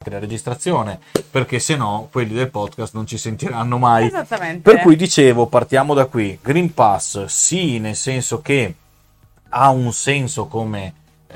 anche la registrazione, perché se no quelli del podcast non ci sentiranno mai. Esattamente. Per cui dicevo, partiamo da qui. Green Pass, sì, nel senso che ha un senso come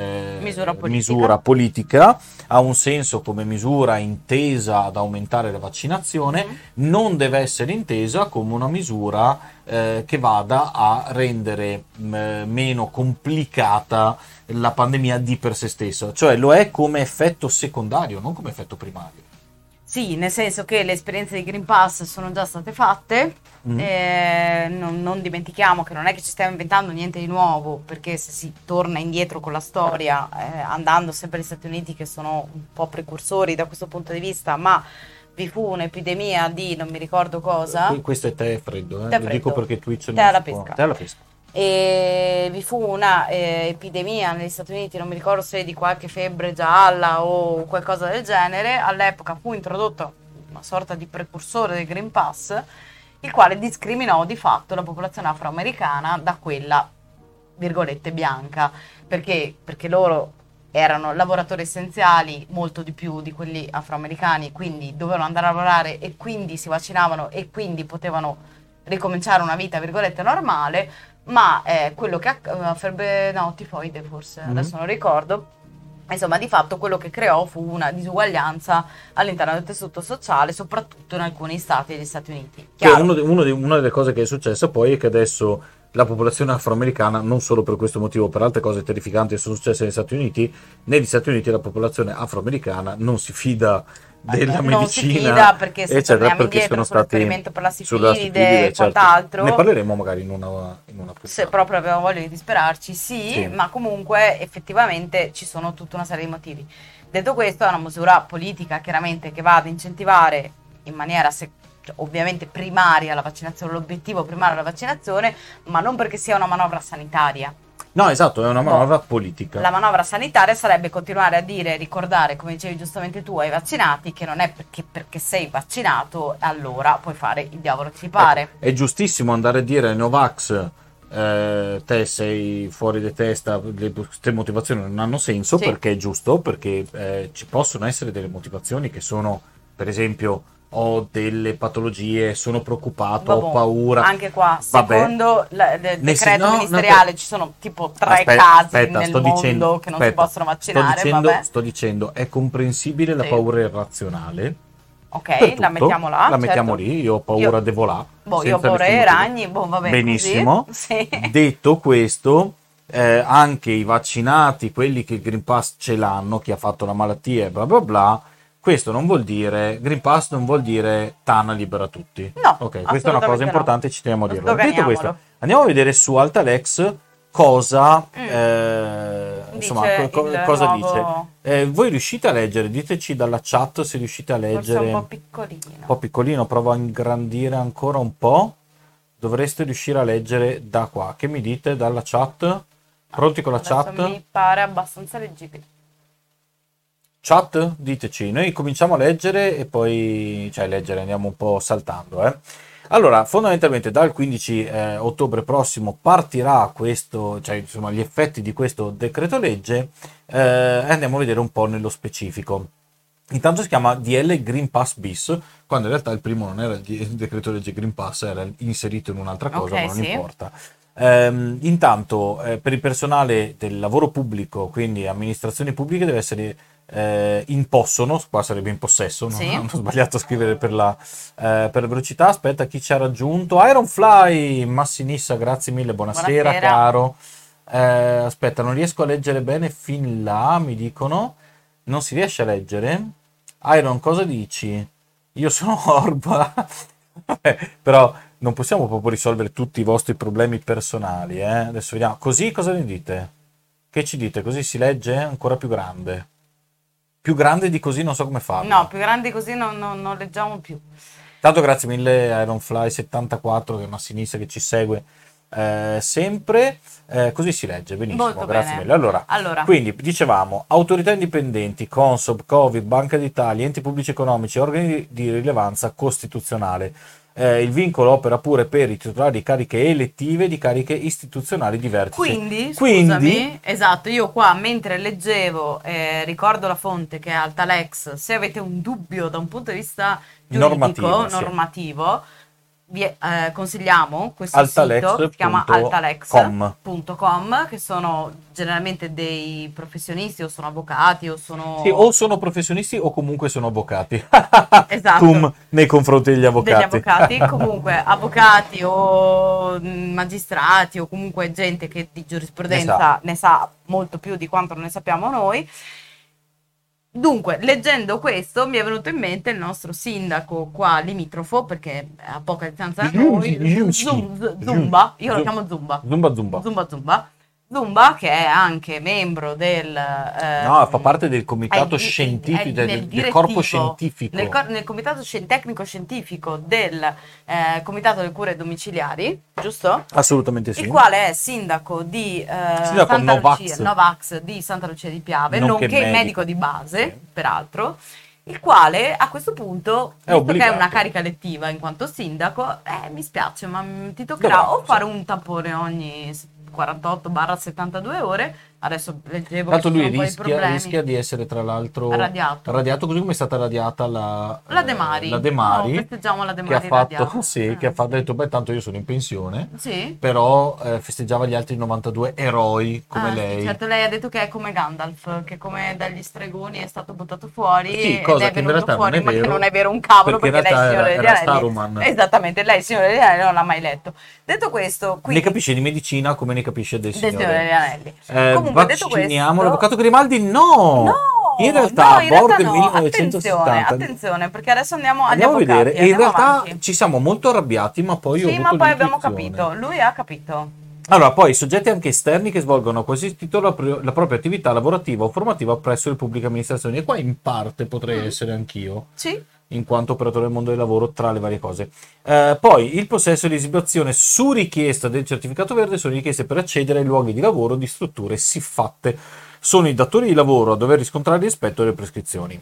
misura politica, ha un senso come misura intesa ad aumentare la vaccinazione, non deve essere intesa come una misura che vada a rendere meno complicata la pandemia di per sé stessa, cioè lo è come effetto secondario, non come effetto primario. Sì, nel senso che le esperienze di Green Pass sono già state fatte, non dimentichiamo che non è che ci stiamo inventando niente di nuovo, perché se si torna indietro con la storia, andando sempre agli Stati Uniti che sono un po' precursori da questo punto di vista, ma vi fu un'epidemia di non mi ricordo cosa. Questo è tè freddo, Tè lo freddo. dico perché Twitch Tè alla pesca. Tè alla pesca. E vi fu una epidemia negli Stati Uniti, non mi ricordo se di qualche febbre gialla o qualcosa del genere. All'epoca fu introdotto una sorta di precursore del Green Pass, il quale discriminò di fatto la popolazione afroamericana da quella, virgolette, bianca, perché loro erano lavoratori essenziali molto di più di quelli afroamericani, quindi dovevano andare a lavorare e quindi si vaccinavano e quindi potevano ricominciare una vita, virgolette, normale. Ma quello che tifoide forse, adesso non ricordo, insomma di fatto quello che creò fu una disuguaglianza all'interno del tessuto sociale, soprattutto in alcuni stati degli Stati Uniti. Una delle cose che è successa poi è che adesso la popolazione afroamericana, non solo per questo motivo, per altre cose terrificanti che sono successe negli Stati Uniti la popolazione afroamericana non si fida della medicina, non si fida, perché se eccetera, torniamo indietro sull'esperimento per la sifilide e certo. quant'altro, ne parleremo magari in una puntata. Se proprio avevamo voglia di disperarci, sì, ma comunque effettivamente ci sono tutta una serie di motivi. Detto questo, è una misura politica chiaramente che va ad incentivare in maniera ovviamente primaria la vaccinazione, l'obiettivo primario della vaccinazione, ma non perché sia una manovra sanitaria. No, esatto, è una manovra politica. La manovra sanitaria sarebbe continuare a ricordare, come dicevi giustamente tu, ai vaccinati, che non è perché sei vaccinato allora puoi fare il diavolo che ti pare. È giustissimo andare a dire ai Novax te sei fuori di testa, queste motivazioni non hanno senso, perché è giusto, perché ci possono essere delle motivazioni che sono, per esempio, ho delle patologie, sono preoccupato, ho paura. Anche qua, secondo il decreto ministeriale, ci sono tipo 3 casi nel mondo che non si possono vaccinare. Sto dicendo, è comprensibile la paura irrazionale. Ok, la mettiamo là. La mettiamo lì, io ho paura de volà. Io ho paura dei ragni, va bene. Benissimo. Così. Sì. Detto questo, anche i vaccinati, quelli che il Green Pass ce l'hanno, chi ha fatto la malattia e bla bla bla, questo non vuol dire, Green Pass non vuol dire Tana libera tutti. No, ok, questa è una cosa importante, ci teniamo a dirlo. Detto questo, andiamo a vedere su Altalex cosa cosa dice. Voi riuscite a leggere? Diteci dalla chat se riuscite a leggere. Forse un po' piccolino. Un po' piccolino, provo a ingrandire ancora un po'. Dovreste riuscire a leggere da qua. Che mi dite dalla chat? Pronti con la chat? Mi pare abbastanza leggibile. Chat, diteci, noi cominciamo a leggere e poi, andiamo un po' saltando. Allora, fondamentalmente dal 15 ottobre prossimo partirà questo, gli effetti di questo decreto legge, e andiamo a vedere un po' nello specifico. Intanto si chiama DL Green Pass bis, quando in realtà il primo non era il decreto legge Green Pass, era inserito in un'altra cosa, ma non importa. Intanto per il personale del lavoro pubblico, quindi amministrazioni pubbliche, deve essere in possono, qua sarebbe in possesso, no? Hanno sbagliato a scrivere per la velocità. Aspetta, chi ci ha raggiunto? Ironfly, Massinissa, grazie mille, buonasera. Caro. Aspetta, non riesco a leggere bene fin là, mi dicono. Non si riesce a leggere? Iron, cosa dici? Io sono Orba. Però non possiamo proprio risolvere tutti i vostri problemi personali, Adesso vediamo. Così cosa ne dite? Che ci dite? Così si legge ancora più grande. Più grande di così non so come farlo. No, più grande di così non leggiamo più. Tanto grazie mille Ironfly74, che è una sinistra che ci segue sempre. Così si legge benissimo. Molto grazie bene. mille. Allora, quindi dicevamo autorità indipendenti, Consob, Covid, Banca d'Italia, enti pubblici economici, organi di rilevanza costituzionale. Il vincolo opera pure per i titolari di cariche elettive e di cariche istituzionali di vertice. Quindi, scusami, esatto, io qua mentre leggevo, ricordo la fonte che è Altalex, se avete un dubbio da un punto di vista giuridico, normativo, vi consigliamo questo sito, si chiama altalex.com, che sono generalmente dei professionisti o sono avvocati o sono... Sì, o sono professionisti o comunque sono avvocati. Esatto. Cum nei confronti degli avvocati. Comunque avvocati o magistrati o comunque gente che di giurisprudenza ne sa molto più di quanto non ne sappiamo noi. Dunque, leggendo questo mi è venuto in mente il nostro sindaco qua limitrofo, perché a poca distanza da noi, Zumba, io lo chiamo Zumba. Zumba, che è anche membro del... no, fa parte del comitato scientifico, del corpo scientifico. Nel comitato tecnico-scientifico del comitato delle cure domiciliari, giusto? Assolutamente sì. Il quale è sindaco di Santa Lucia, Novax di Santa Lucia di Piave, nonché medico di base, peraltro. Il quale a questo punto, visto che è una carica elettiva in quanto sindaco, mi spiace, ma ti toccherà o fare un tampone ogni 48-72 ore. Adesso leggevo tanto che lui sono rischia di essere tra l'altro radiato così come è stata radiata la De Mari. Festeggiamo la De Mari che ha detto beh tanto io sono in pensione, però festeggiava gli altri 92 eroi come lei. Certo, lei ha detto che è come Gandalf, che come dagli stregoni è stato buttato fuori, sì, cosa che in realtà fuori, non è vero, che non è vero un cavolo, perché lei è il Signore degli Anelli. Saruman. Esattamente, lei il Signore degli Anelli non l'ha mai letto. Detto questo, quindi, ne capisce di medicina come ne capisce del Signore degli Anelli. Comunque, detto questo, l'avvocato Grimaldi no! In realtà Borg 1970. Attenzione, perché adesso andiamo agli a vedere. E in realtà avanti. Ci siamo molto arrabbiati, ma poi abbiamo capito. Lui ha capito. Allora, poi soggetti anche esterni che svolgono a qualsiasi titolo la propria attività lavorativa o formativa presso le pubbliche amministrazioni. E qua in parte potrei essere anch'io. Sì. In quanto operatore del mondo del lavoro, tra le varie cose. Poi il possesso e l'esibizione su richiesta del certificato verde sono richieste per accedere ai luoghi di lavoro di strutture siffatte. Sono i datori di lavoro a dover riscontrare il rispetto delle prescrizioni.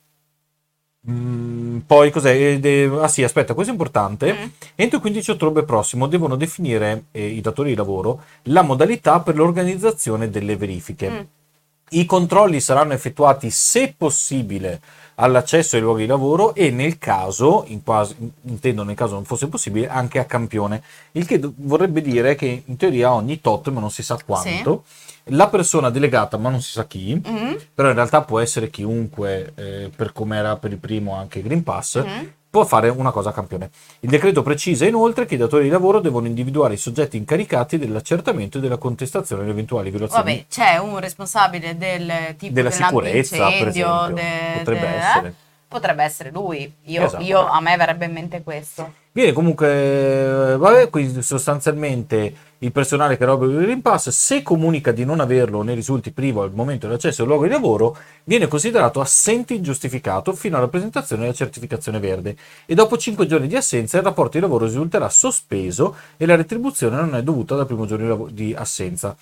Poi cos'è? Sì, aspetta, questo è importante. Entro il 15 ottobre prossimo devono definire i datori di lavoro la modalità per l'organizzazione delle verifiche. I controlli saranno effettuati, se possibile, all'accesso ai luoghi di lavoro e nel caso, intendo nel caso non fosse possibile, anche a campione. Il che vorrebbe dire che in teoria ogni tot, ma non si sa quanto, la persona delegata, ma non si sa chi, però in realtà può essere chiunque, per come era per il primo anche Green Pass, può fare una cosa a campione. Il decreto precisa inoltre che i datori di lavoro devono individuare i soggetti incaricati dell'accertamento e della contestazione di eventuali violazioni. Vabbè, c'è un responsabile del tipo della sicurezza, per esempio. Potrebbe essere. Potrebbe essere lui. A me verrebbe in mente questo. Viene comunque, quindi sostanzialmente il personale che eroga il Green Pass, se comunica di non averlo o ne risulti privo al momento dell'accesso al luogo di lavoro, viene considerato assente ingiustificato fino alla presentazione della certificazione verde e dopo 5 giorni di assenza il rapporto di lavoro risulterà sospeso e la retribuzione non è dovuta dal primo giorno di assenza.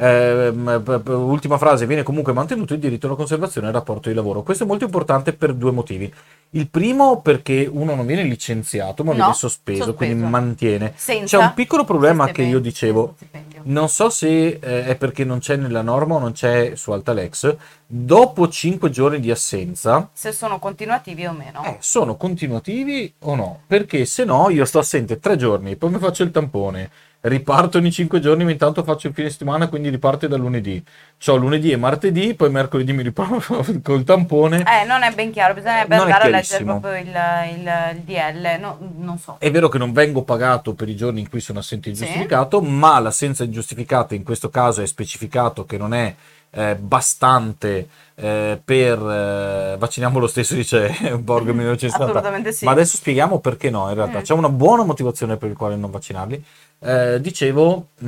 Ultima frase, viene comunque mantenuto il diritto alla conservazione del rapporto di lavoro. Questo è molto importante per due motivi. Il primo, perché uno non viene licenziato ma viene sospeso, quindi mantiene. C'è un piccolo problema che io dicevo, non so se è perché non c'è nella norma o non c'è su Altalex. Dopo 5 giorni di assenza, se sono continuativi o meno, sono continuativi o no, perché se no io sto assente 3 giorni, poi mi faccio il tampone, riparto ogni 5 giorni, ma intanto faccio il fine settimana, quindi riparte da lunedì. C'ho lunedì e martedì, poi mercoledì mi riparto col tampone. Non è ben chiaro, bisognerebbe andare a leggere proprio il DL, non so. È vero che non vengo pagato per i giorni in cui sono assente ingiustificato, ma l'assenza ingiustificata in questo caso è specificato che non è bastante per vacciniamo lo stesso, dice Borg 1970. Assolutamente sì. Ma adesso spieghiamo perché no, in realtà c'è una buona motivazione per il quale non vaccinarli. Dicevo, è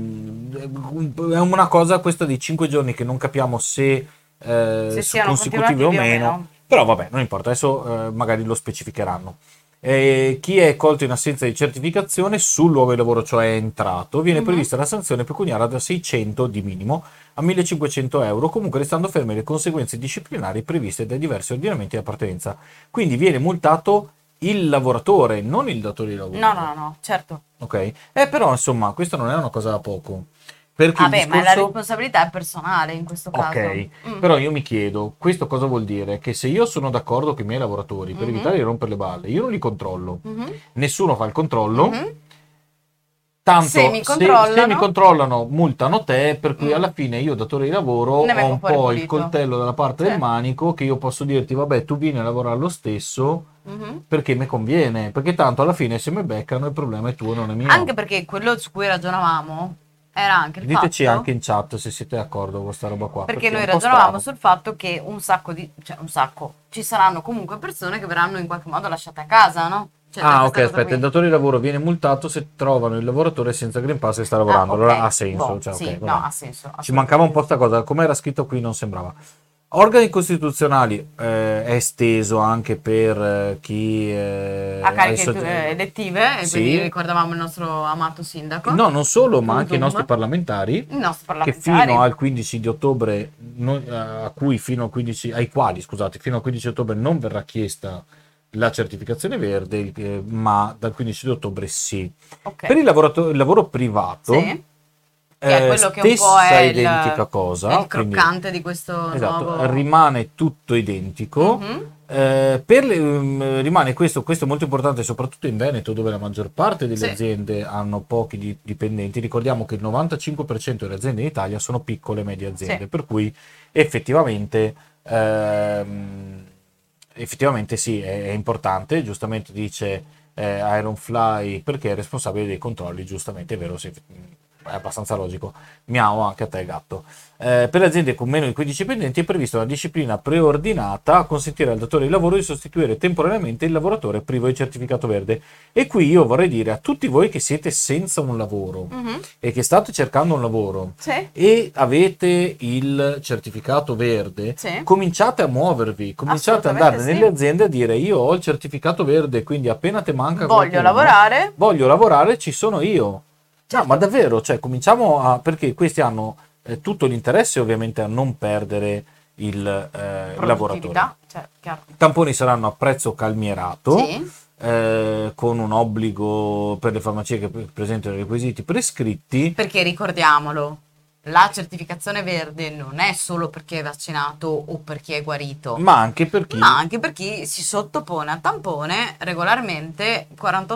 una cosa questa dei 5 giorni che non capiamo se sono consecutivi o meno, però vabbè, non importa, adesso magari lo specificheranno. Chi è colto in assenza di certificazione sul luogo di lavoro, cioè è entrato, viene prevista la sanzione pecuniaria da 600 di minimo a 1.500 euro, comunque restando ferme le conseguenze disciplinari previste dai diversi ordinamenti di appartenenza. Quindi viene multato il lavoratore, non il datore di lavoro. No, certo. Ok? Però insomma, questo non è una cosa da poco. Perché il Vabbè, ma la discorso... responsabilità è personale in questo caso. Ok, però io mi chiedo, questo cosa vuol dire? Che se io sono d'accordo con i miei lavoratori per evitare di rompere le balle, io non li controllo, nessuno fa il controllo, tanto Se mi se mi controllano, controllano multano te, per cui alla fine io datore di lavoro ne ho vengo un fuori po' il pulito. coltello dalla parte del Sì. manico che io posso dirti, vabbè, tu vieni a lavorare lo stesso Mhm. perché mi conviene, perché tanto alla fine se mi beccano il problema è tuo, non è mio. Anche perché quello su cui ragionavamo era anche il Diteci fatto, anche in chat se siete d'accordo con questa roba qua, perché perché è noi un po' ragionavamo strano. sul fatto che ci saranno comunque persone che verranno in qualche modo lasciate a casa, no? Cioè, Ah, ok, questa cosa aspetta, il qui. datore di lavoro viene multato se trovano il lavoratore senza Green Pass e sta Ah, lavorando. ok, Allora ha senso, boh, cioè, sì, ok, no, vabbè. ha senso, Ci mancava un po' sta assolutamente. cosa, come era scritto qui non sembrava. Organi costituzionali è esteso anche per chi A ha i cariche elettive, e quindi sì, ricordavamo il nostro amato sindaco, no, non solo, ma Dum anche i nostri Dum, parlamentari i nostri che fino parlamentari. al 15 di ottobre, a cui fino al 15, ai quali, scusate, fino al 15 ottobre non verrà chiesta la certificazione verde, ma dal 15 di ottobre sì. Ok, Per il lavoro privato, sì, che è quello che un po' stessa identica è cosa, il quindi croccante di questo esatto, nuovo... rimane tutto identico. Mhm, Rimane questo è molto importante, soprattutto in Veneto, dove la maggior parte delle sì, aziende hanno pochi dipendenti. Ricordiamo che il 95% delle aziende in Italia sono piccole e medie sì, aziende, per cui effettivamente, effettivamente sì, è importante. Giustamente dice Ironfly perché è responsabile dei controlli, giustamente è vero, sì, è abbastanza logico. Miau anche a te, gatto. Per le aziende con meno di 15 dipendenti è prevista una disciplina preordinata a consentire al datore di lavoro di sostituire temporaneamente il lavoratore privo di certificato verde. E qui io vorrei dire a tutti voi che siete senza un lavoro mhm, e che state cercando un lavoro sì, e avete il certificato verde, sì, cominciate a muovervi, cominciate ad assolutamente andare nelle sì. aziende a dire io ho il certificato verde, quindi appena te manca Voglio qualcuno, lavorare, voglio lavorare, ci sono io. No, ma certo, davvero, cioè cominciamo a... perché questi hanno tutto l'interesse ovviamente a non perdere il lavoratore. produttività, cioè, chiaro. I tamponi saranno a prezzo calmierato, Sì, con un obbligo per le farmacie che presentano i requisiti prescritti. perché ricordiamolo, la certificazione verde non è solo per chi è vaccinato o per chi è guarito, Ma anche per ma chi anche per chi si sottopone a tampone regolarmente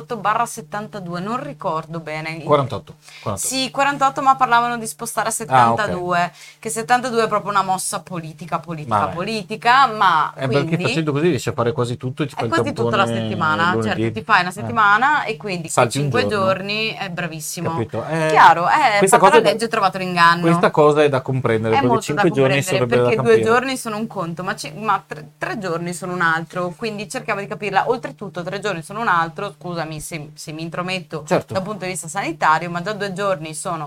48/72, non ricordo bene. 48, 48. Sì, 48, ma parlavano di spostare a Ah, ok. 72, che 72 è proprio una mossa Vabbè. politica, ma Perché quindi facendo così riesci a fare quasi tutto e ti è fai il quasi tutta la tampone settimana, certo, lunedì. ti fai una settimana e quindi quei Salti un 5 giorno, giorni è bravissimo. capito? Chiaro, è Questa fatta cosa la è da, legge e trovato questa l'inganno. cosa è da comprendere, È perché molto da 5 giorni comprendere sarebbe da perché 2 campione. giorni sono un conto, ma 3 giorni sono un altro, quindi cerchiamo di capirla. Oltretutto 3 giorni sono un altro, scusami se mi intrometto Certo, dal punto di vista sanitario, ma già 2 giorni sono,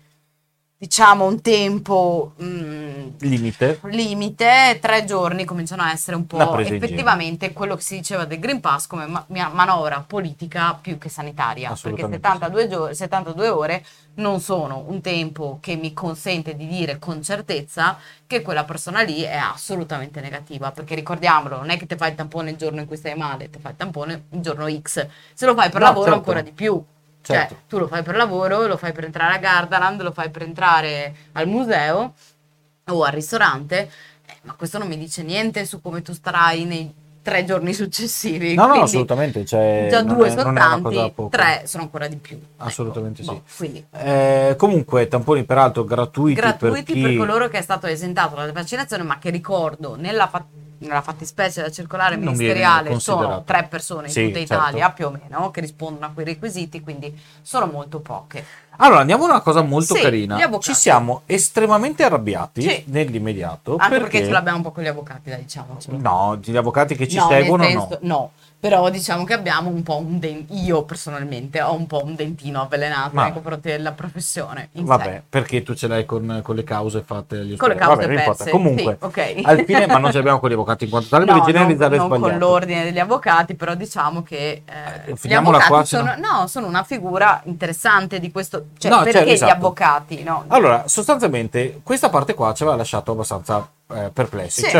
diciamo, un tempo limite, limite. 3 giorni cominciano a essere un una po' presa in giro. effettivamente quello che si diceva del Green Pass come manovra politica più che sanitaria, perché Assolutamente sì. 72 ore non sono un tempo che mi consente di dire con certezza che quella persona lì è assolutamente negativa, perché ricordiamolo, non è che ti fai il tampone il giorno in cui stai male, ti fai il tampone il giorno X. Se lo fai per No, lavoro ancora certo, di più. Cioè, certo. tu lo fai per lavoro, lo fai per entrare a Gardaland, lo fai per entrare al museo o al ristorante, ma questo non mi dice niente su come tu starai nei 3 giorni successivi, No, no, quindi assolutamente, cioè, già due sono non è una cosa da tanti, poco. 3 sono ancora di più. Ecco, Assolutamente sì. boh, quindi Comunque, tamponi peraltro gratuiti per gratuiti per chi coloro che è stato esentato dalla vaccinazione, ma che ricordo nella fattispecie della circolare non viene ministeriale sono considerato. 3 persone in tutta Sì, certo. Italia più o meno che rispondono a quei requisiti, quindi sono molto poche. Allora, andiamo a una cosa molto Sì, gli carina. Ci avvocati. siamo estremamente arrabbiati Sì, nell'immediato anche perché ce perché l'abbiamo un po' con gli avvocati, dai, diciamocelo. no, gli avvocati che ci No, nel seguono senso, no. no, però diciamo che abbiamo un po' io personalmente ho un po' un dentino avvelenato nei Vabbè, confronti della professione in sé. vabbè, perché tu ce l'hai con le cause fatte agli Con le ospedali. Vabbè, cause non importa. perse, sì, Comunque, al fine, ma non ce ok. l'abbiamo con gli avvocati in quanto tale perché No, generalizzare è non con sbagliato. l'ordine degli avvocati, però diciamo che gli Finiamola qua, avvocati se no. sono, no, sono una figura interessante di questo, cioè No, cioè, perché gli esatto. avvocati, no? Allora, sostanzialmente, questa parte qua ci aveva lasciato abbastanza perplessi. Sì, Cioè,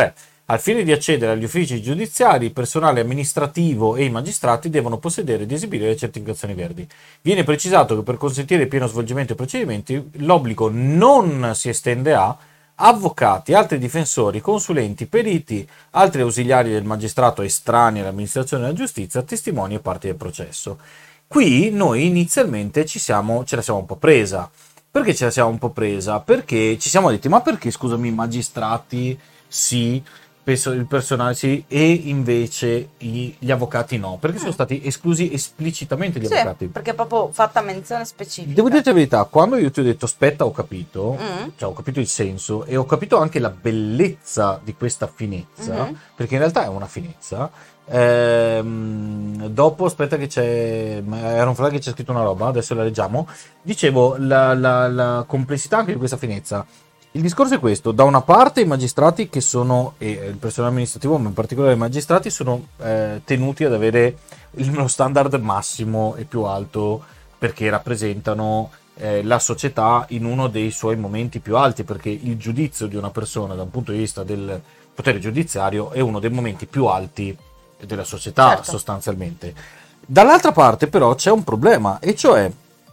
Al fine di accedere agli uffici giudiziari, il personale amministrativo e i magistrati devono possedere ed esibire le certificazioni verdi. Viene precisato che per consentire il pieno svolgimento dei procedimenti, l'obbligo non si estende a avvocati, altri difensori, consulenti, periti, altri ausiliari del magistrato estranei all'amministrazione della giustizia, testimoni e parti del processo. Qui noi inizialmente ce la siamo un po' presa. Perché ce la siamo un po' presa? Perché ci siamo detti, ma perché, scusami, i magistrati sì, il personale sì, e invece gli avvocati no? Perché sono stati esclusi esplicitamente gli Sì, avvocati. perché è proprio fatta menzione specifica. Devo dirti la verità, quando io ti ho detto aspetta, ho capito, Mm. cioè ho capito il senso e ho capito anche la bellezza di questa finezza, Mhm. perché in realtà è una finezza. Dopo, aspetta che c'è, era un flag che c'è scritto una roba, adesso la leggiamo. Dicevo, la complessità anche di questa finezza. Il discorso è questo: da una parte i magistrati che sono, e il personale amministrativo, ma in particolare i magistrati, sono tenuti ad avere lo standard massimo e più alto perché rappresentano la società in uno dei suoi momenti più alti, perché il giudizio di una persona da un punto di vista del potere giudiziario è uno dei momenti più alti della società, Certo. sostanzialmente. Dall'altra parte però c'è un problema, e cioè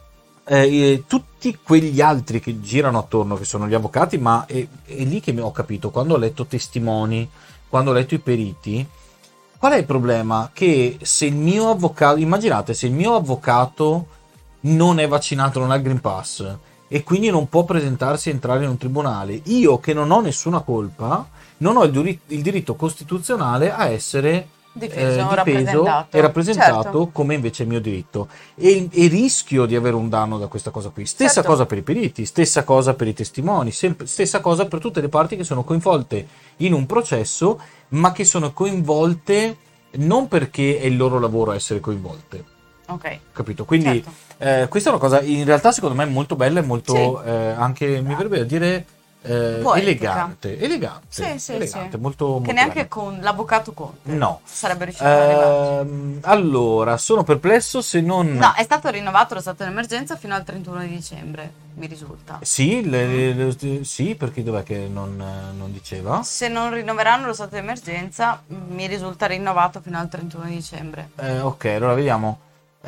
tutti quegli altri che girano attorno, che sono gli avvocati, ma è lì che ho capito, quando ho letto testimoni, quando ho letto i periti, qual è il problema? Che se il mio avvocato, immaginate se il mio avvocato non è vaccinato, non ha il Green Pass e quindi non può presentarsi e entrare in un tribunale, io che non ho nessuna colpa, non ho il diritto costituzionale a essere Difeso, difeso e rappresentato Certo. come invece è il mio diritto. E rischio di avere un danno da questa cosa qui. Stessa Certo. cosa per i periti, stessa cosa per i testimoni, stessa cosa per tutte le parti che sono coinvolte in un processo, ma che sono coinvolte non perché è il loro lavoro essere coinvolte. Ok. Capito? Quindi Certo. questa è una cosa in realtà secondo me molto bella e molto Sì. Anche, mi verrebbe da dire, Poetica. elegante, molto, molto Che neanche bella. con l'avvocato Conte No. sarebbe riuscito ad arrivarci. Allora, sono perplesso se non... No, è stato rinnovato lo stato d'emergenza fino al 31 di dicembre, mi risulta. Sì, sì, perché dov'è che non diceva? Se non rinnoveranno lo stato d'emergenza, mi risulta rinnovato fino al 31 di dicembre. Ok, allora vediamo.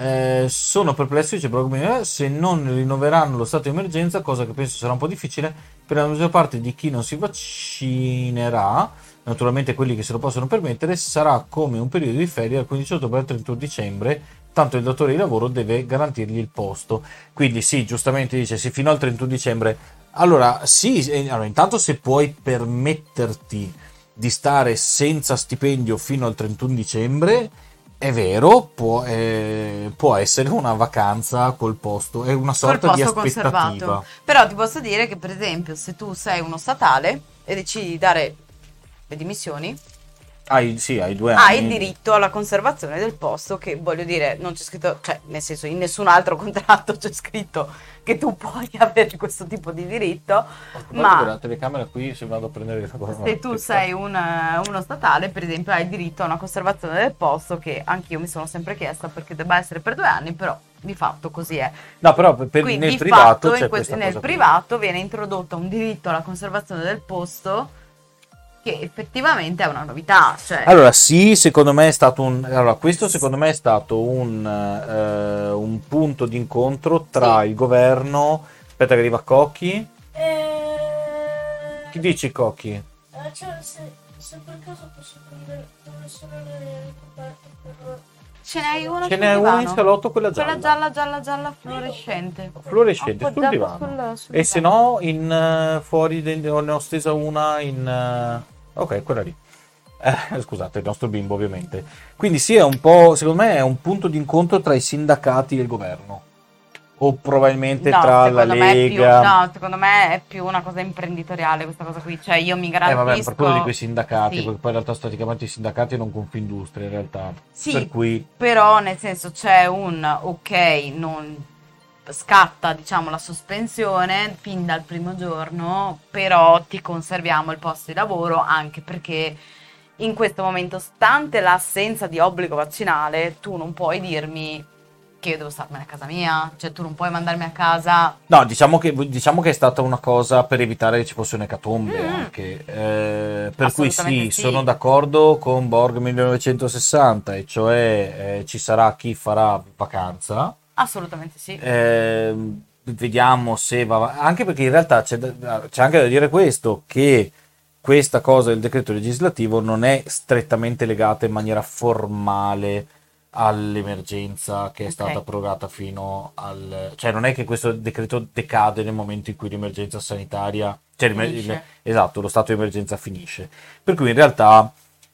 Sono perplesso, dice Brogomir, se non rinnoveranno lo stato di emergenza, cosa che penso sarà un po' difficile per la maggior parte di chi non si vaccinerà, naturalmente quelli che se lo possono permettere, sarà come un periodo di ferie dal 15 ottobre al 31 dicembre, tanto il datore di lavoro deve garantirgli il posto. Quindi sì, giustamente dice, sì, fino al 31 dicembre. Allora, sì, allora, intanto se puoi permetterti di stare senza stipendio fino al 31 dicembre, è vero, può essere una vacanza col posto, è una sorta di Posto aspettativa. conservato. Però ti posso dire che, per esempio, se tu sei uno statale e decidi di dare le dimissioni, Hai 2 anni. hai il diritto alla conservazione del posto, che voglio dire, non c'è scritto, cioè nel senso in nessun altro contratto c'è scritto che tu puoi avere questo tipo di diritto, Ma ma la telecamera qui se vado a prendere la cosa. se tu sei uno statale, per esempio, hai il diritto a una conservazione del posto, che anch'io mi sono sempre chiesta perché debba essere per 2 anni, però di fatto così è. No, però Quindi nel di privato fatto c'è questa nel cosa qui. privato viene introdotto un diritto alla conservazione del posto, che effettivamente è una novità. Cioè, Allora, sì, secondo me è stato questo secondo me è stato un punto di incontro tra Sì. il governo. Aspetta che arriva Cocchi. Chi dici Cocchi? Cioè, se per caso posso prendere dove sono le coperte per... ce n'hai uno Ce sul n'è una in divano. salotto, quella gialla. Quella gialla fluorescente. Fluorescente sul Appoggiato divano. sul E se divano. no, fuori ne ho stesa una ok, quella lì. Scusate, il nostro bimbo ovviamente. Quindi sì, è un po', secondo me è un punto di incontro tra i sindacati e il governo. O probabilmente No, tra la secondo me è più, Lega. no, secondo me è più una cosa imprenditoriale questa cosa qui. Cioè, io mi Vabbè, garantisco. per quello di quei sindacati, Sì. perché poi in realtà staticamente i sindacati non Confindustria in realtà. Sì, Per cui però nel senso c'è un ok, non scatta diciamo la sospensione fin dal primo giorno, però ti conserviamo il posto di lavoro, anche perché in questo momento, stante l'assenza di obbligo vaccinale, tu non puoi dirmi che io devo starmene a casa mia, cioè tu non puoi mandarmi a casa. No, diciamo che è stata una cosa per evitare che ci fosse un'ecatombe anche. Per cui sì, Assolutamente sì. sono d'accordo con Borg 1960, e cioè ci sarà chi farà vacanza. Assolutamente sì. Vediamo se va. Anche perché in realtà c'è anche da dire questo, che questa cosa del decreto legislativo non è strettamente legata in maniera formale all'emergenza che è stata Ok. prorogata fino al... Cioè non è che questo decreto decade nel momento in cui l'emergenza sanitaria... Cioè, Finisce. esatto, lo stato di emergenza finisce. Per cui in realtà,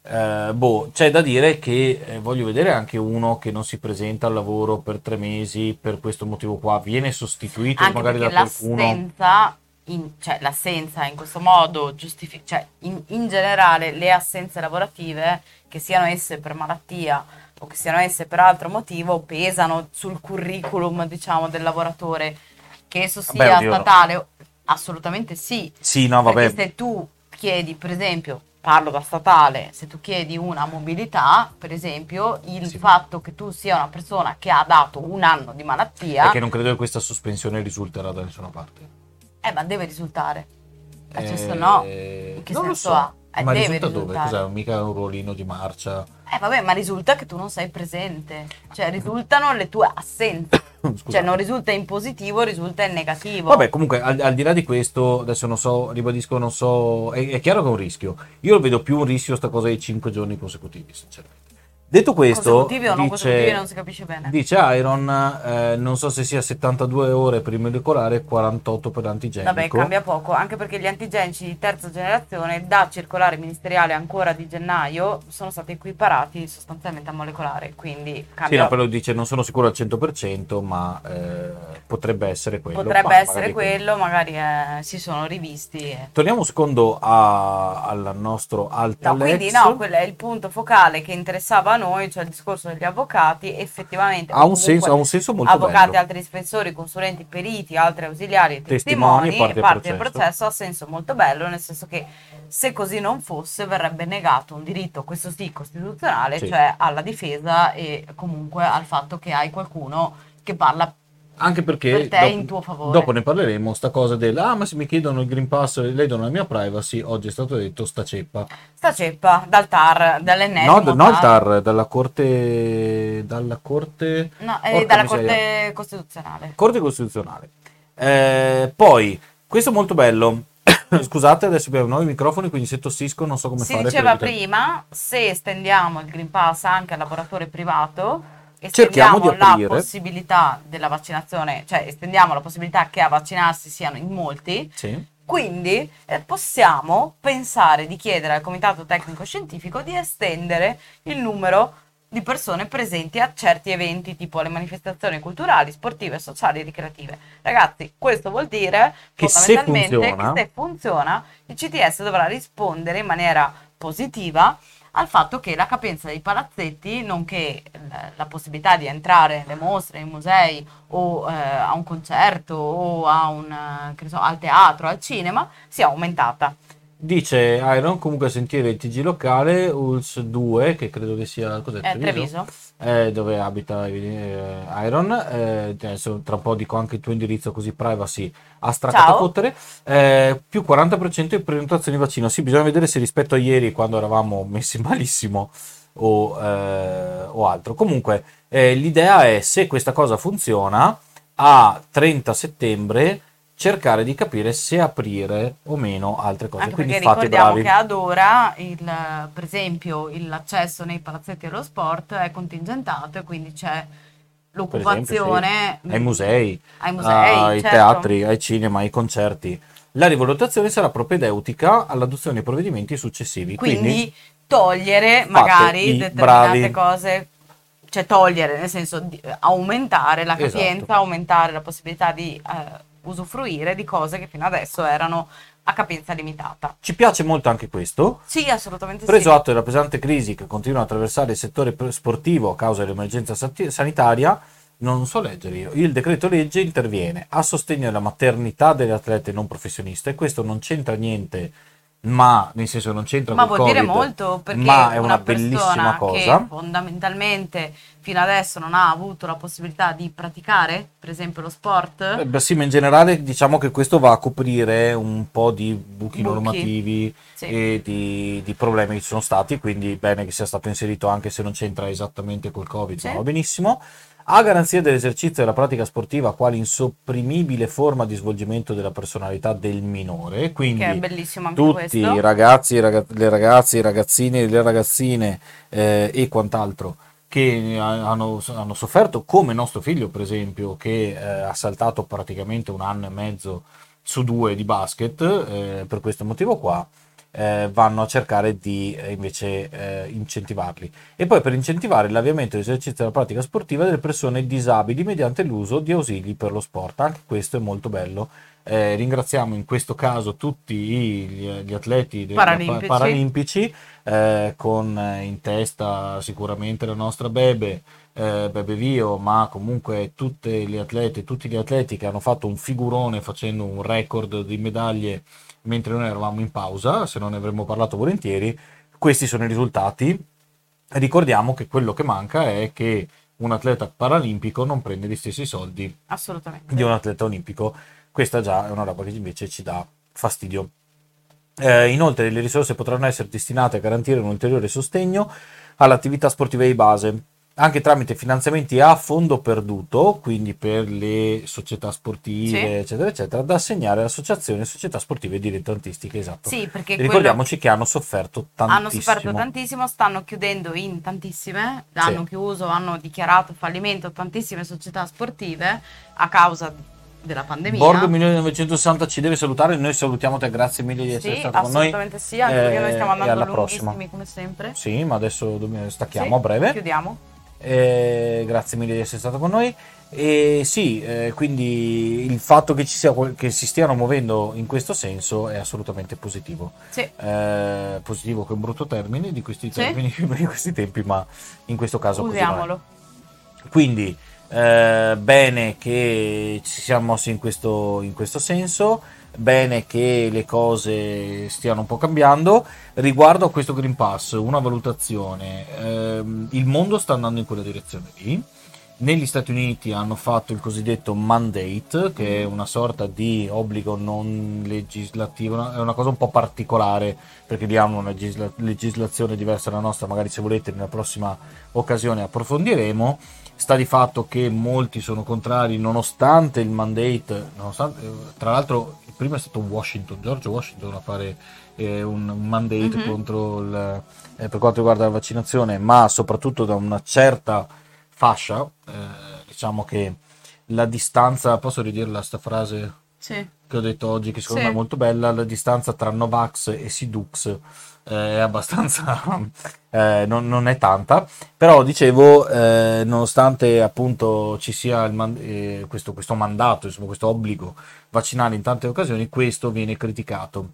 c'è da dire che voglio vedere anche uno che non si presenta al lavoro per 3 mesi per questo motivo qua, viene sostituito Anche magari perché da qualcuno... cioè l'assenza in questo modo cioè in generale le assenze lavorative, che siano esse per malattia o che siano esse per altro motivo, pesano sul curriculum, diciamo, del lavoratore, che esso Vabbè, sia oddio, no. statale. Assolutamente sì, Sì, no, perché vabbè, se tu chiedi, per esempio, parlo da statale, se tu chiedi una mobilità, per esempio, il sì. fatto che tu sia una persona che ha dato un anno di È malattia, che non credo che questa sospensione risulterà da nessuna parte. ma deve risultare. Cioè, se no, in che Non lo senso so. ha? Ma Deve risulta dove? risultare. Cos'è? Mica un ruolino di marcia. Vabbè, ma risulta che tu non sei presente. Cioè, risultano le tue assenze. Cioè, Scusate. non risulta in positivo, risulta in negativo. Vabbè, comunque, al di là di questo, adesso non so, ribadisco, non so, è chiaro che è un rischio. Io lo vedo più un rischio sta cosa dei 5 giorni consecutivi, sinceramente. Detto questo, Consecutivi o non consecutivi non si capisce bene. dice Iron, non so se sia 72 ore per il molecolare e 48 per l'antigenico. Vabbè, cambia poco, anche perché gli antigenici di terza generazione, da circolare ministeriale ancora di gennaio, sono stati equiparati sostanzialmente a molecolare, quindi Sì, cambia. no, però dice non sono sicuro al 100%, ma potrebbe essere quello. Potrebbe Ma essere magari quello, magari si sono rivisti. Torniamo un secondo al nostro No, quindi Altalex. no, quello è il punto focale che interessava a noi, cioè il discorso degli avvocati, effettivamente, Ha o un senso, comunque ha un senso molto avvocati, bello. altri difensori, consulenti, periti, altri ausiliari e Testimoni, testimoni, parti e al parti del processo. processo ha senso molto bello, nel senso che se così non fosse verrebbe negato un diritto, questo sì, costituzionale, Sì. cioè alla difesa e comunque al fatto che hai qualcuno che parla Anche per perché te in tuo favore. dopo ne parleremo, sta cosa ma se mi chiedono il Green Pass e ledono la mia privacy, oggi è stato detto sta ceppa. Sta ceppa dal TAR, dall'ennesimo No, il TAR. TAR, dalla corte... No, Porca dalla miseria. Corte Costituzionale. Corte Costituzionale. Poi, questo è molto bello. Scusate, adesso abbiamo nuovi microfoni, quindi se tossisco non so come Si fare. diceva per evitare- prima, se estendiamo il Green Pass anche al laboratorio privato, Cerchiamo di estendiamo la aprire. possibilità della vaccinazione, cioè estendiamo la possibilità che a vaccinarsi siano in molti, Sì. quindi possiamo pensare di chiedere al Comitato Tecnico Scientifico di estendere il numero di persone presenti a certi eventi, tipo alle manifestazioni culturali, sportive, sociali e ricreative. Ragazzi, questo vuol dire Che se fondamentalmente funziona- che se funziona, il CTS dovrà rispondere in maniera positiva al fatto che la capienza dei palazzetti, nonché la possibilità di entrare nelle mostre, nei musei o a un concerto o a che ne so, al teatro, al cinema, sia aumentata. Dice Iron, comunque a sentire il TG locale, ULS 2, che credo che sia cos'è, Treviso. Dove abita Iron. Adesso tra un po' dico anche il tuo indirizzo, così privacy a stracatafottere. Più 40% di prenotazioni vaccino. Sì, bisogna vedere se rispetto a ieri, quando eravamo messi malissimo, o altro. Comunque, l'idea è, se questa cosa funziona, a 30 settembre cercare di capire se aprire o meno altre cose. Anche Quindi perché fate ricordiamo bravi. che ad ora, per esempio, l'accesso nei palazzetti dello sport è contingentato e quindi c'è Per esempio, l'occupazione sì, ai musei, ai musei, ai certo. teatri, ai cinema, ai concerti. La rivalutazione sarà propedeutica all'adozione dei provvedimenti successivi. Quindi togliere magari i determinate bravi. cose, cioè togliere, nel senso di aumentare la capienza, Esatto. aumentare la possibilità di usufruire di cose che fino adesso erano a capienza limitata. Ci piace molto anche questo. Sì, assolutamente Preso sì. atto della pesante crisi che continua a attraversare il settore sportivo a causa dell'emergenza sanitaria, non so leggere io, il decreto legge interviene a sostegno della maternità delle atlete non professioniste, e questo non c'entra niente ma nel senso non c'entra Ma col vuol dire Covid, molto, perché ma è una persona bellissima che cosa. fondamentalmente fino adesso non ha avuto la possibilità di praticare, per esempio, lo sport, Beh, sì, ma in generale diciamo che questo va a coprire un po' di buchi buchi. normativi Sì. e di problemi che ci sono stati, quindi bene che sia stato inserito anche se non c'entra esattamente col Covid, ma Sì. va benissimo. A garanzia dell'esercizio della pratica sportiva quale insopprimibile forma di svolgimento della personalità del minore, Che è quindi bellissimo anche tutti i questo. ragazzi, le ragazze, i ragazzini e le ragazzine e quant'altro che hanno sofferto, come nostro figlio, per esempio, che ha saltato praticamente un anno e mezzo su due di basket, per questo motivo qua, vanno a cercare di invece incentivarli. E poi per incentivare l'avviamento e l'esercizio della pratica sportiva delle persone disabili mediante l'uso di ausili per lo sport. Anche questo è molto bello. Ringraziamo in questo caso tutti gli atleti Paralimpici. paralimpici con in testa sicuramente la nostra Bebe Vio, ma comunque tutte le atlete, tutti gli atleti che hanno fatto un figurone facendo un record di medaglie mentre noi eravamo in pausa, se non ne avremmo parlato volentieri. Questi sono i risultati. Ricordiamo che quello che manca è che un atleta paralimpico non prende gli stessi soldi di Assolutamente. un atleta olimpico. Questa già è una roba che invece ci dà fastidio. Inoltre le risorse potranno essere destinate a garantire un ulteriore sostegno all'attività sportiva di base, anche tramite finanziamenti a fondo perduto, quindi per le società Sì. sportive, eccetera, eccetera, da assegnare alle associazioni e società sportive dilettantistiche, esatto. Sì, perché quello Ricordiamoci che hanno sofferto hanno sofferto tantissimo. tantissimo, stanno chiudendo in tantissime, Sì. hanno chiuso, hanno dichiarato fallimento tantissime società sportive a causa della Borgo pandemia. 1960 ci deve salutare, noi salutiamo te, grazie mille di essere Sì, stato con noi assolutamente sì, anche perché noi stiamo e andando alla prossima. lunghissimi come sempre. Sì, ma adesso stacchiamo Sì, a breve. chiudiamo. Grazie mille di essere stato con noi. E sì, quindi il fatto che, che si stiano muovendo in questo senso è assolutamente positivo. Sì, Positivo che è un brutto termine di questi sì, termini di questi tempi, ma in questo caso così non è. usiamolo. Quindi, bene che ci siamo mossi in questo senso, bene che le cose stiano un po' cambiando. Riguardo a questo Green Pass, una valutazione. Il mondo sta andando in quella direzione lì. Negli Stati Uniti hanno fatto il cosiddetto mandate, che è una sorta di obbligo non legislativo, è una cosa un po' particolare perché lì hanno una legislazione diversa dalla nostra, magari se volete nella prossima occasione approfondiremo. Sta di fatto che molti sono contrari nonostante il mandate, tra l'altro prima è stato George Washington a fare un mandate Mhm. contro per quanto riguarda la vaccinazione, ma soprattutto da una certa fascia, diciamo che la distanza, posso ridirla sta frase Sì, che ho detto oggi che secondo me è sì. molto bella, la distanza tra Novax e Sidux è abbastanza non è tanta, però dicevo nonostante appunto ci sia questo mandato, insomma questo obbligo vaccinale in tante occasioni, questo viene criticato.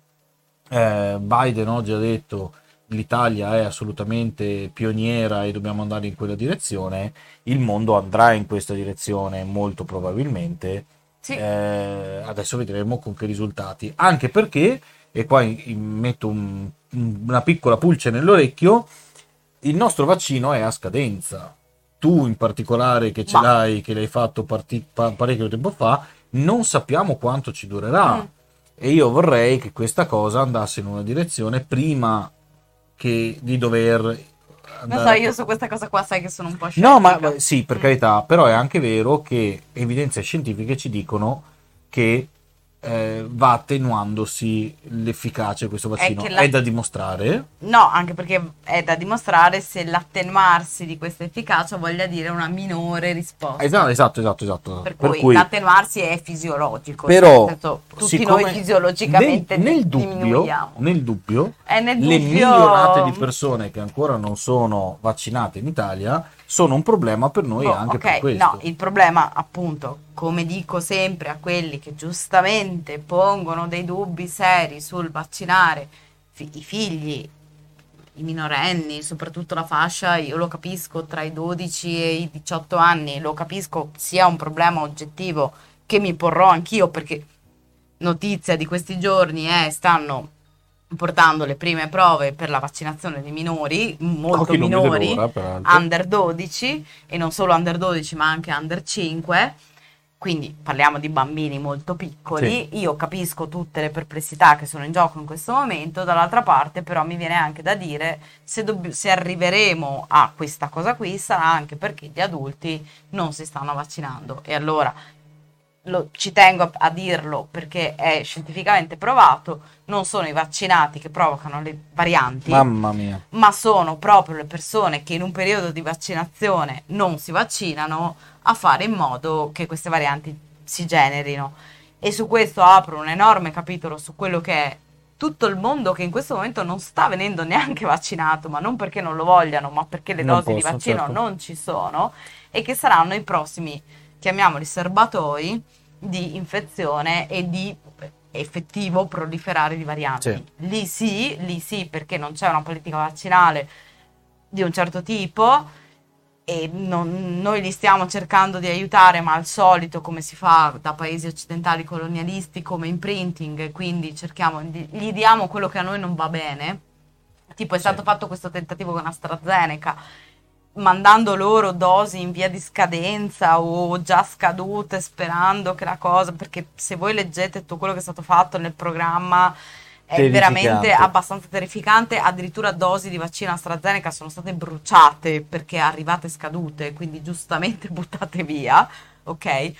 Biden oggi ha detto l'Italia è assolutamente pioniera e dobbiamo andare in quella direzione, il mondo andrà in questa direzione molto probabilmente. Sì, Adesso vedremo con che risultati, anche perché, e qua metto una piccola pulce nell'orecchio, il nostro vaccino è a scadenza. Tu in particolare che ce ma l'hai, che l'hai fatto parecchio tempo fa, non sappiamo quanto ci durerà. mm, E io vorrei che questa cosa andasse in una direzione prima che di dover non so, andare io su questa cosa qua sai che sono un po' No, ma scettica. sì, per Mm. carità, però è anche vero che evidenze scientifiche ci dicono che va attenuandosi l'efficacia di questo È vaccino. che È la da dimostrare. No, anche perché è da dimostrare se l'attenuarsi di questa efficacia voglia dire una minore risposta. Esatto. Per Per cui cui, l'attenuarsi è fisiologico, cioè nel però, senso tutti noi siccome fisiologicamente diminuiamo. nel dubbio, E nel le milionate di dubbio, persone che ancora non sono vaccinate in Italia sono un problema per noi boh, anche per ok, no, questo. il problema appunto, come dico sempre a quelli che giustamente pongono dei dubbi seri sul vaccinare i figli, i minorenni, soprattutto la fascia, io lo capisco, tra i 12 e i 18 anni, lo capisco sia un problema oggettivo che mi porrò anch'io perché notizia di questi giorni è stanno portando le prime prove per la vaccinazione dei minori, molto Cocchi non vede minori, l'ora, peraltro. under 12, e non solo under 12 ma anche under 5, quindi parliamo di bambini molto piccoli. Io capisco tutte le perplessità che sono in gioco in questo momento, dall'altra parte però mi viene anche da dire se arriveremo a questa cosa qui sarà anche perché gli adulti non si stanno vaccinando, e allora ci tengo a dirlo perché è scientificamente provato, non sono i vaccinati che provocano le varianti, Mamma mia. ma sono proprio le persone che in un periodo di vaccinazione non si vaccinano a fare in modo che queste varianti si generino. E su questo apro un enorme capitolo su quello che è tutto il mondo che in questo momento non sta venendo neanche vaccinato, ma non perché non lo vogliano, ma perché le Non dosi di possono, vaccino certo. non ci sono, e che saranno i prossimi, chiamiamoli serbatoi, di infezione e di effettivo proliferare di varianti. Sì. Lì sì, perché non c'è una politica vaccinale di un certo tipo, e noi li stiamo cercando di aiutare, ma al solito, come si fa da paesi occidentali colonialisti, come imprinting, quindi gli diamo quello che a noi non va bene. Tipo è stato fatto questo tentativo con AstraZeneca, mandando loro dosi in via di scadenza o già scadute, sperando che la cosa, perché se voi leggete tutto quello che è stato fatto nel programma è Terrificante. veramente abbastanza terrificante. Addirittura dosi di vaccino AstraZeneca sono state bruciate perché arrivate scadute, quindi giustamente buttate via, ok?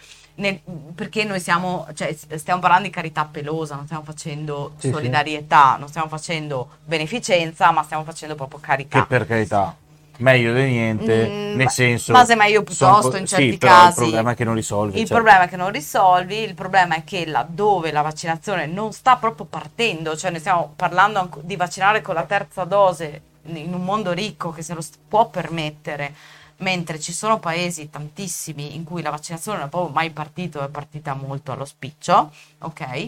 Perché noi stiamo parlando di carità pelosa, non stiamo facendo Sì, solidarietà, non stiamo facendo beneficenza, ma stiamo facendo proprio carità. Che per carità, meglio di niente, nel senso... Ma se meglio piuttosto in certi sì, però casi. il problema è che non risolvi. Il certo. problema è che non risolvi, il problema è che laddove la vaccinazione non sta proprio partendo, cioè noi stiamo parlando di vaccinare con la terza dose in un mondo ricco che se lo può permettere, mentre ci sono paesi tantissimi in cui la vaccinazione non è proprio mai partita, è partita molto allo spiccio, ok?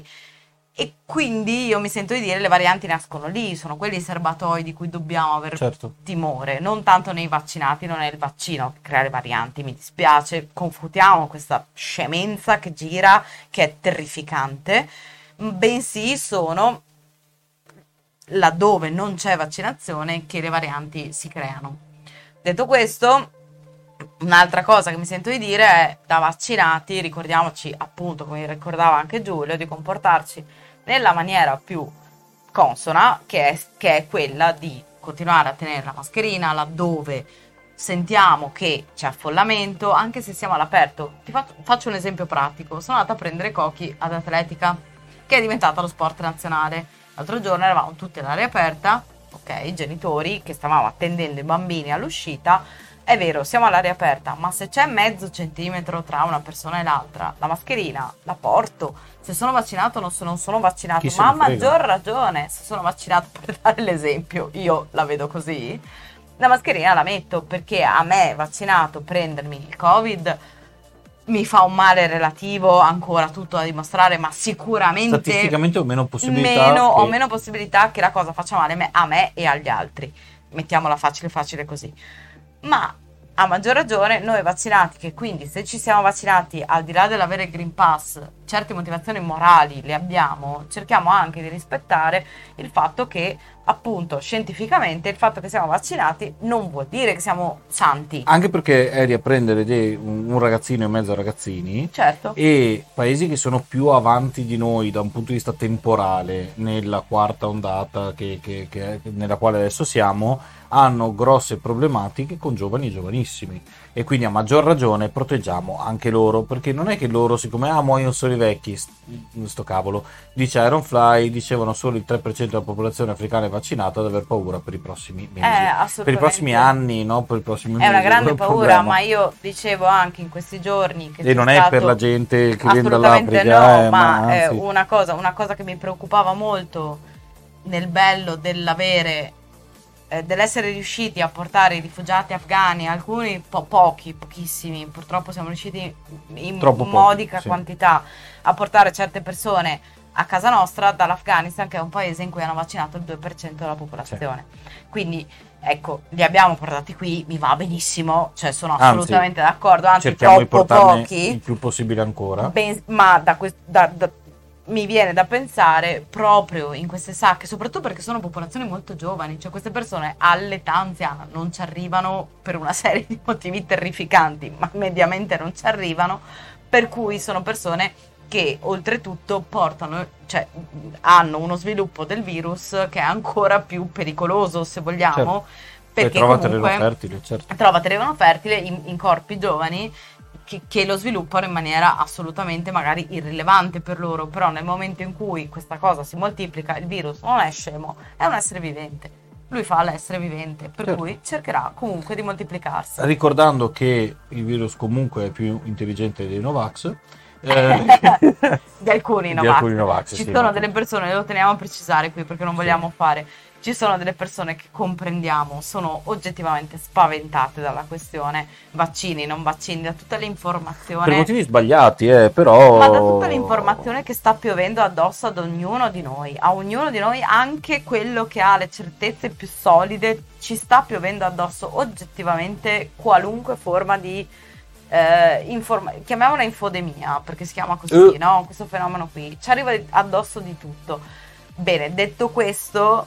E quindi io mi sento di dire le varianti nascono lì, sono quelli i serbatoi di cui dobbiamo avere Certo. timore, non tanto nei vaccinati, non è il vaccino che crea le varianti, mi dispiace, confutiamo questa scemenza che gira, che è terrificante, bensì sono laddove non c'è vaccinazione che le varianti si creano. Detto questo, un'altra cosa che mi sento di dire è, da vaccinati, ricordiamoci appunto, come ricordava anche Giulio, di comportarci nella maniera più consona, che è quella di continuare a tenere la mascherina laddove sentiamo che c'è affollamento, anche se siamo all'aperto. Faccio un esempio pratico. Sono andata a prendere Cochi ad atletica, che è diventata lo sport nazionale. L'altro giorno eravamo tutti all'aria aperta, ok, i genitori che stavamo attendendo i bambini all'uscita. È vero, siamo all'aria aperta, ma se c'è mezzo centimetro tra una persona e l'altra, la mascherina la porto. Se sono vaccinato o non sono vaccinato, Chi se ma a ne frega. maggior ragione, se sono vaccinato, per dare l'esempio, io la vedo così, la mascherina la metto, perché a me vaccinato prendermi il Covid mi fa un male relativo, ancora tutto da dimostrare, ma sicuramente Statisticamente ho meno possibilità. ho meno possibilità che la cosa faccia male a me e agli altri. Mettiamola facile così. Ma a maggior ragione noi vaccinati, che quindi se ci siamo vaccinati, al di là dell'avere il Green Pass, certe motivazioni morali le abbiamo, cerchiamo anche di rispettare il fatto che, appunto, scientificamente il fatto che siamo vaccinati non vuol dire che siamo santi. Anche perché eri a prendere un ragazzino e mezzo ragazzini, Certo. e paesi che sono più avanti di noi da un punto di vista temporale nella quarta ondata nella quale adesso siamo, hanno grosse problematiche con giovani e giovanissimi, e quindi a maggior ragione proteggiamo anche loro, perché non è che loro, siccome muoiono solo i vecchi, sto cavolo, dice Ironfly, dicevano solo il 3% della popolazione africana è vaccinata, ad aver paura per i prossimi mesi, Assolutamente. per i prossimi anni, no, per i prossimi mesi. È una grande quello è il paura, problema. ma io dicevo anche in questi giorni che E c'è non è stato... per la gente che viene Assolutamente dall'Africa, no, ma anzi. una cosa che mi preoccupava molto nel bello dell'avere dell'essere riusciti a portare i rifugiati afghani, alcuni pochissimi, purtroppo siamo riusciti in Troppo pochi, modica sì. quantità a portare certe persone a casa nostra dall'Afghanistan, che è un paese in cui hanno vaccinato il 2% della popolazione. Quindi ecco, li abbiamo portati qui, mi va benissimo, cioè sono assolutamente d'accordo, anzi cerchiamo di troppo portarne pochi, il più possibile ancora. ma mi viene da pensare proprio in queste sacche, soprattutto perché sono popolazioni molto giovani, cioè queste persone all'età anziana non ci arrivano per una serie di motivi terrificanti, ma mediamente non ci arrivano, per cui sono persone che oltretutto cioè hanno uno sviluppo del virus che è ancora più pericoloso, se vogliamo, Certo. perché trova comunque terreno fertile, certo. trova terreno fertile in corpi giovani che lo sviluppano in maniera assolutamente magari irrilevante per loro, però nel momento in cui questa cosa si moltiplica, il virus non è scemo, è un essere vivente. Lui fa l'essere vivente, per Certo. cui cercherà comunque di moltiplicarsi. Ricordando che il virus comunque è più intelligente dei Novax. Di alcuni Di Novax. alcuni Novax, Ci sì, sono ma- delle persone, lo teniamo a precisare qui perché non vogliamo fare. Ci sono delle persone che comprendiamo, sono oggettivamente spaventate dalla questione vaccini, non vaccini, da tutta Per l'informazione, motivi sbagliati, però. ma da tutta l'informazione che sta piovendo addosso ad ognuno di noi. A ognuno di noi, anche quello che ha le certezze più solide, ci sta piovendo addosso oggettivamente qualunque forma di chiamiamola infodemia, perché si chiama così, no? Questo fenomeno qui ci arriva addosso di tutto. Bene, detto questo,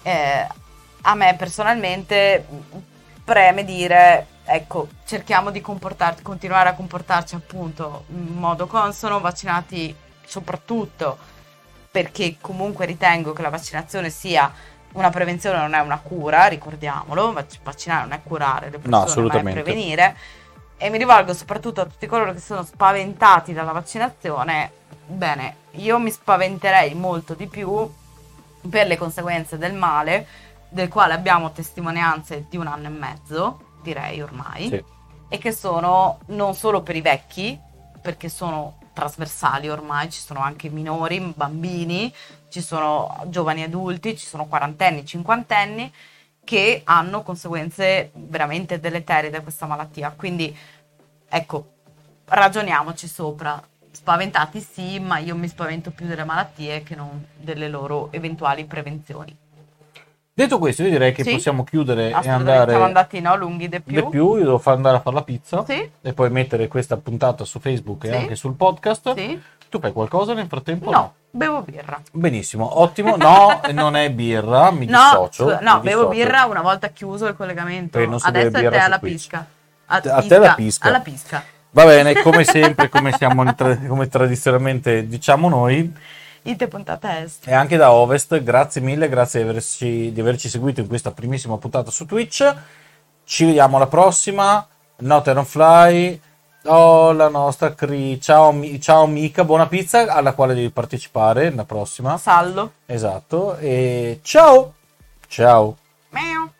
a me personalmente preme dire, ecco, cerchiamo di continuare a comportarci appunto in modo consono, vaccinati soprattutto perché comunque ritengo che la vaccinazione sia una prevenzione, non è una cura, ricordiamolo, vaccinare non è curare le persone, ma è assolutamente. prevenire. E mi rivolgo soprattutto a tutti coloro che sono spaventati dalla vaccinazione. Bene, io mi spaventerei molto di più per le conseguenze del male, del quale abbiamo testimonianze di 1 anno e mezzo, direi ormai, Sì. e che sono non solo per i vecchi, perché sono trasversali ormai, ci sono anche minori, bambini, ci sono giovani adulti, ci sono quarantenni, cinquantenni, che hanno conseguenze veramente deleterie da questa malattia. Quindi, ecco, ragioniamoci sopra. Spaventati sì, ma io mi spavento più delle malattie che non delle loro eventuali prevenzioni. Detto questo, io direi che Sì? possiamo chiudere e Assolutamente, andare siamo andati, no, lunghi di di più. più. Io devo andare a fare la pizza Sì? e poi mettere questa puntata su Facebook e Sì? anche sul podcast. Sì? Tu fai qualcosa nel frattempo? No, bevo birra. Benissimo, ottimo. No, non è birra, mi No, dissocio. scusa, no, mi bevo dissocio. birra una volta chiuso il collegamento. Perché non si beve Adesso è birra te su alla Twitch. pisca. A te la pisca. Alla pisca. Va bene, come sempre, come siamo come tradizionalmente diciamo noi, Ite puntata est. e anche da Ovest, grazie mille, grazie di averci seguito in questa primissima puntata su Twitch. Ci vediamo alla prossima. Note non fly. Oh, la nostra Cri. Ciao Mica, buona pizza alla quale devi partecipare la prossima. Sallo. Esatto. E ciao. Ciao. Meow.